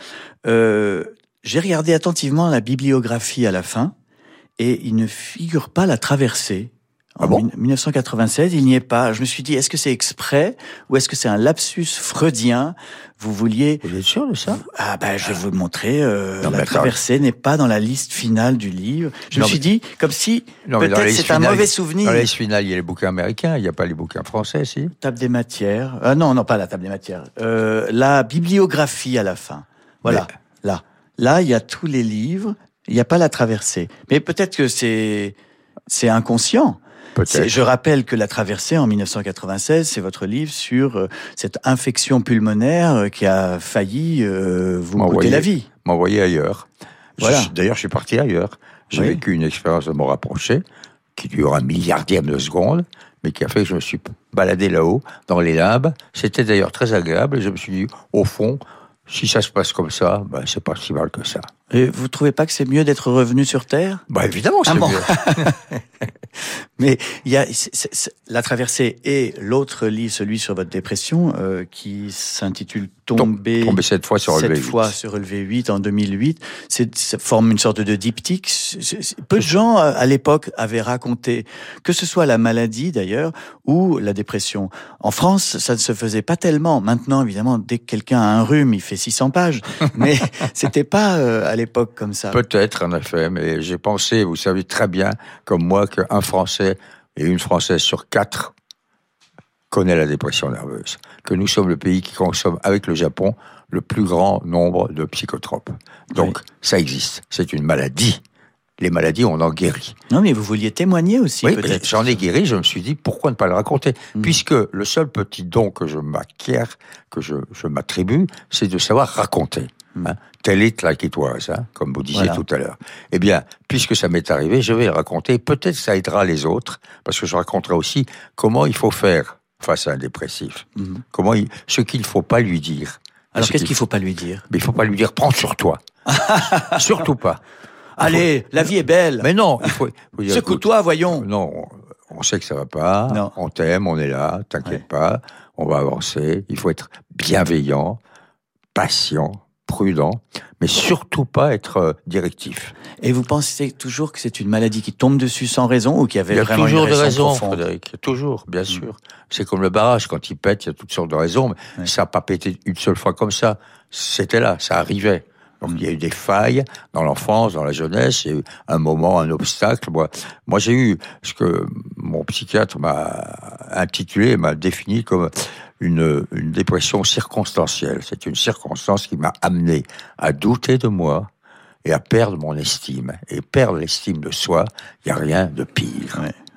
J'ai regardé attentivement la bibliographie à la fin, et il ne figure pas la traversée. En 1996, il n'y est pas. Je me suis dit, est-ce que c'est exprès ou est-ce que c'est un lapsus freudien? Vous vouliez... Vous êtes sûr de ça? Je vais vous le montrer. La traversée n'est pas dans la liste finale du livre. Je me suis dit, comme si peut-être c'est un mauvais souvenir. Dans la liste finale, il y a les bouquins américains, il n'y a pas les bouquins français, si? Table des matières. Non, pas la table des matières. La bibliographie à la fin. Voilà, mais... Là, il y a tous les livres. Il n'y a pas la traversée. Mais peut-être que c'est inconscient. Je rappelle que La Traversée, en 1996, c'est votre livre sur cette infection pulmonaire qui a failli vous coûter la vie. M'envoyer ailleurs. Voilà. D'ailleurs, je suis parti ailleurs. J'ai vécu une expérience de mort rapprochée qui dure 1 milliardième de seconde, mais qui a fait que je me suis baladé là-haut, dans les limbes. C'était d'ailleurs très agréable et je me suis dit, au fond, si ça se passe comme ça, c'est pas si mal que ça. Et vous trouvez pas que c'est mieux d'être revenu sur Terre? Évidemment que c'est mieux. Mais il y a La Traversée et l'autre livre, celui sur votre dépression, qui s'intitule Tomber 7 fois sur relevé 8. 7 fois sur relevé 8 en 2008. Ça forme une sorte de diptyque. Peu de gens, à l'époque, avaient raconté, que ce soit la maladie d'ailleurs, ou la dépression. En France, ça ne se faisait pas tellement. Maintenant, évidemment, dès que quelqu'un a un rhume, il fait 600 pages. Mais c'était pas à l'époque comme ça. Peut-être, en effet, mais j'ai pensé, vous savez très bien, comme moi, qu'un Français et une Française sur 4 connaît la dépression nerveuse. Que nous sommes le pays qui consomme, avec le Japon, le plus grand nombre de psychotropes. Donc, ça existe. C'est une maladie. Les maladies, on en guérit. Non, mais vous vouliez témoigner aussi, peut-être. J'en ai guéri, je me suis dit, pourquoi ne pas le raconter? Puisque le seul petit don que je m'acquiers, que je m'attribue, c'est de savoir raconter. Tell it like it was, comme vous disiez tout à l'heure. Eh bien, puisque ça m'est arrivé, je vais le raconter. Peut-être ça aidera les autres, parce que je raconterai aussi comment il faut faire face à un dépressif. Ce qu'il ne faut pas lui dire. Alors, qu'est-ce qu'il ne faut pas lui dire? Mais il ne faut pas lui dire, prends sur toi. Surtout pas. Allez, la vie est belle. Mais non, il faut dire, secoue-toi, voyons. Non, on sait que ça va pas. Non. On t'aime, on est là, t'inquiète pas. On va avancer. Il faut être bienveillant, patient, prudent, mais surtout pas être directif. Et vous pensez toujours que c'est une maladie qui tombe dessus sans raison ou qu'il y avait vraiment une raison profonde? Il y a toujours des raisons, Frédéric. Toujours, bien sûr. C'est comme le barrage, quand il pète, il y a toutes sortes de raisons, mais ça n'a pas pété une seule fois comme ça. C'était là, ça arrivait. Donc il y a eu des failles dans l'enfance, dans la jeunesse, il y a eu un moment, un obstacle. Moi j'ai eu ce que mon psychiatre m'a intitulé, m'a défini comme une dépression circonstancielle. C'est une circonstance qui m'a amené à douter de moi et à perdre mon estime. Et perdre l'estime de soi, il n'y a rien de pire.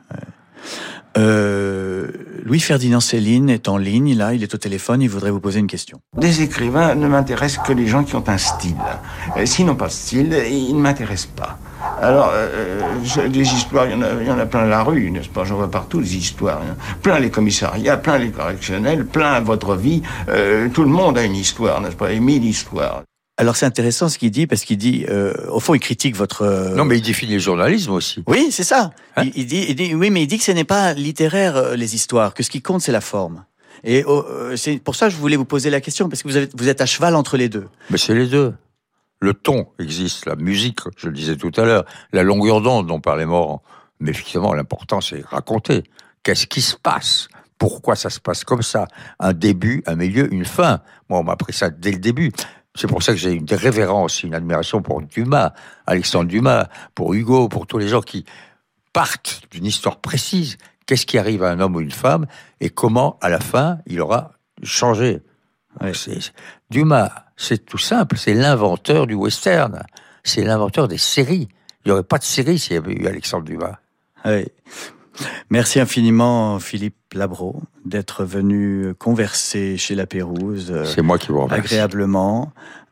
Louis-Ferdinand Céline est en ligne, là, il est au téléphone, il voudrait vous poser une question. Des écrivains ne m'intéressent que les gens qui ont un style. S'ils n'ont pas de style, ils ne m'intéressent pas. Alors, des histoires, il y en a plein la rue, n'est-ce pas? J'en vois partout des histoires. Plein les commissariats, plein les correctionnels, plein votre vie. Tout le monde a une histoire, n'est-ce pas? Et 1000 histoires. Alors c'est intéressant ce qu'il dit, parce qu'il dit, au fond, il critique votre... Non, mais il définit le journalisme aussi. Oui, c'est ça. Il dit, oui, mais il dit que ce n'est pas littéraire, les histoires, que ce qui compte, c'est la forme. Et c'est pour ça que je voulais vous poser la question, parce que vous êtes à cheval entre les deux. Mais c'est les deux. Le ton existe, la musique, je le disais tout à l'heure, la longueur d'onde dont parlait Morand. Mais effectivement, l'important, c'est raconter. Qu'est-ce qui se passe? Pourquoi ça se passe comme ça? Un début, un milieu, une fin. Moi, on m'a appris ça dès le début. C'est pour ça que j'ai une révérence, une admiration pour Dumas, Alexandre Dumas, pour Hugo, pour tous les gens qui partent d'une histoire précise. Qu'est-ce qui arrive à un homme ou une femme et comment, à la fin, il aura changé. Dumas, c'est tout simple, c'est l'inventeur du western. C'est l'inventeur des séries. Il n'y aurait pas de série s'il y avait eu Alexandre Dumas. Oui. Merci infiniment, Philippe Labro, d'être venu converser chez La Pérouse. C'est moi qui vous remercie. Agréablement.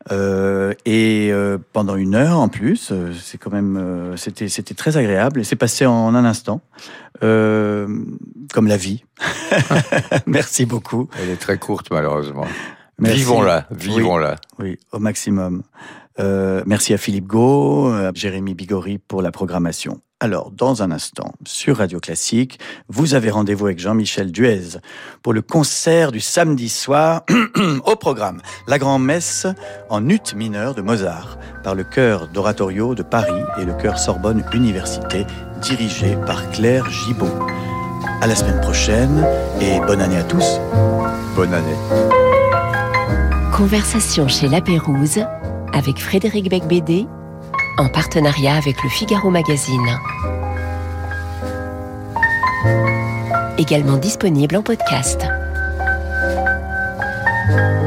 Pendant 1 heure en plus, c'est quand même, c'était très agréable et c'est passé en un instant, comme la vie. Merci beaucoup. Elle est très courte malheureusement. Merci. Vivons-la. Oui, au maximum. Merci à Philippe Gau, à Jérémy Bigori pour la programmation. Alors, dans un instant, sur Radio Classique, vous avez rendez-vous avec Jean-Michel Duez pour le concert du samedi soir au programme. La grand-messe en ut mineur de Mozart par le chœur d'Oratorio de Paris et le chœur Sorbonne Université dirigé par Claire Gibault. À la semaine prochaine et bonne année à tous. Bonne année. Conversation chez La Pérouse avec Frédéric Becbédé en partenariat avec le Figaro Magazine. Également disponible en podcast.